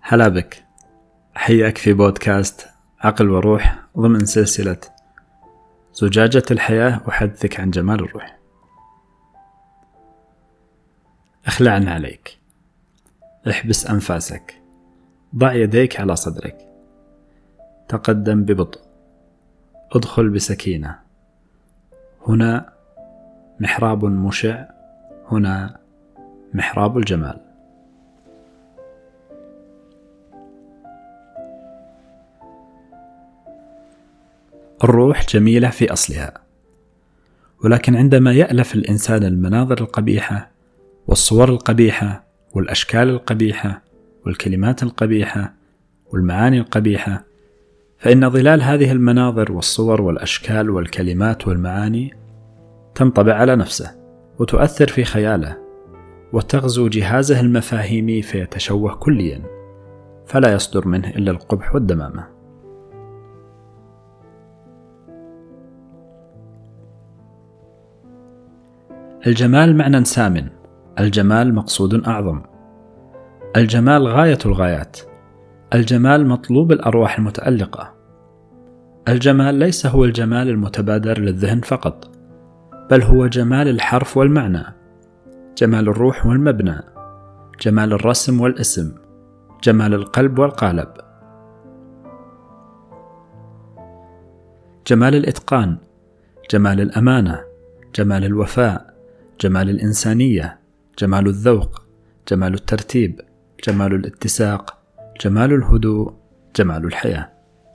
هلا بك، أحييك في بودكاست عقل وروح ضمن سلسلة زجاجة الحياة. أحدثك عن جمال الروح. اخلعن عليك، احبس أنفاسك، ضع يديك على صدرك، تقدم ببطء، ادخل بسكينة. هنا محراب مشع، هنا محراب الجمال. الروح جميلة في أصلها، ولكن عندما يألف الإنسان المناظر القبيحة والصور القبيحة والأشكال القبيحة والكلمات القبيحة والمعاني القبيحة، فإن ظلال هذه المناظر والصور والأشكال والكلمات والمعاني تنطبع على نفسه وتؤثر في خياله وتغزو جهازه المفاهيمي فيتشوه كليا، فلا يصدر منه إلا القبح والدمامة. الجمال معنى سامٍ، الجمال مقصود أعظم، الجمال غاية الغايات، الجمال مطلوب الأرواح المتألقة. الجمال ليس هو الجمال المتبادر للذهن فقط، بل هو جمال الحرف والمعنى، جمال الروح والمبنى، جمال الرسم والاسم، جمال القلب والقالب، جمال الإتقان، جمال الأمانة، جمال الوفاء، جمال الإنسانية، جمال الذوق، جمال الترتيب، جمال الاتساق، جمال الهدوء، جمال الحياة.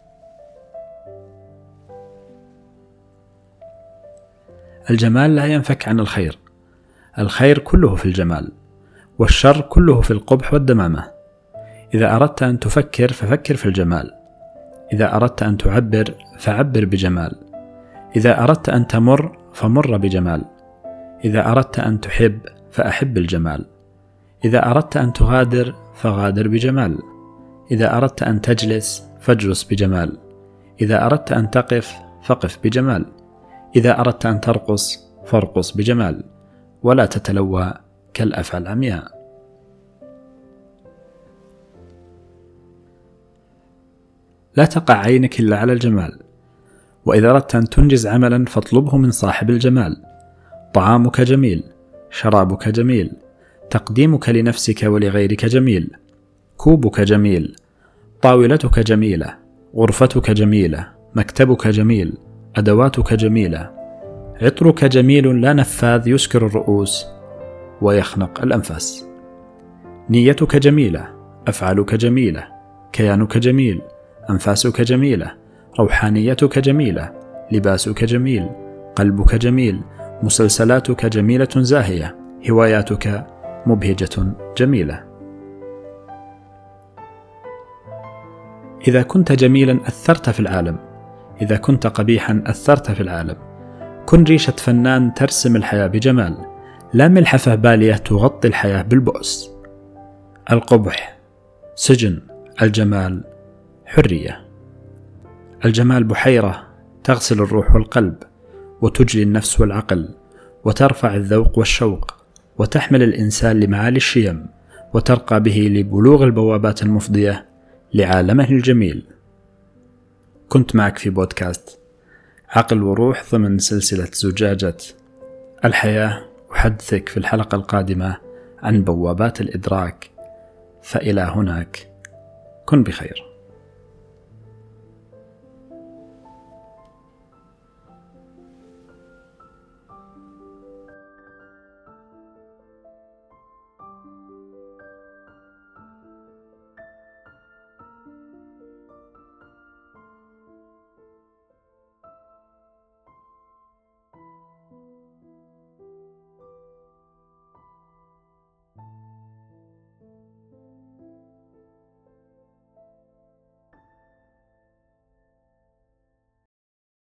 الجمال لا ينفك عن الخير، الخير كله في الجمال، والشر كله في القبح والدمامة. إذا أردت أن تفكر ففكر في الجمال، إذا أردت أن تعبر فعبر بجمال، إذا أردت أن تمر فمر بجمال، إذا أردت أن تحب فأحب الجمال، إذا أردت أن تغادر فغادر بجمال، إذا أردت أن تجلس فاجلس بجمال، إذا أردت أن تقف فقف بجمال، إذا أردت أن ترقص فارقص بجمال، ولا تتلوى كالأفعى العمياء. لا تقع عينك إلا على الجمال، وإذا أردت أن تنجز عملا فاطلبه من صاحب الجمال. طعامك جميل، شرابك جميل، تقديمك لنفسك ولغيرك جميل، كوبك جميل، طاولتك جميلة، غرفتك جميلة، مكتبك جميل، أدواتك جميلة، عطرك جميل لا نفاذ يسكر الرؤوس ويخنق الأنفاس، نيتك جميلة، أفعالك جميلة، كيانك جميل، أنفاسك جميلة، روحانيتك جميلة، لباسك جميل، قلبك جميل، مسلسلاتك جميلة زاهية، هواياتك مبهجة جميلة. إذا كنت جميلا أثرت في العالم، إذا كنت قبيحا أثرت في العالم. كن ريشة فنان ترسم الحياة بجمال، لا ملحفة بالية تغطي الحياة بالبؤس. القبح سجن، الجمال حرية. الجمال بحيرة تغسل الروح والقلب، وتجلي النفس والعقل، وترفع الذوق والشوق، وتحمل الإنسان لمعالي الشيم، وترقى به لبلوغ البوابات المفضية لعالمه الجميل. كنت معك في بودكاست عقل وروح ضمن سلسلة زجاجة الحياة. أحدثك في الحلقة القادمة عن بوابات الإدراك. فإلى هناك، كن بخير.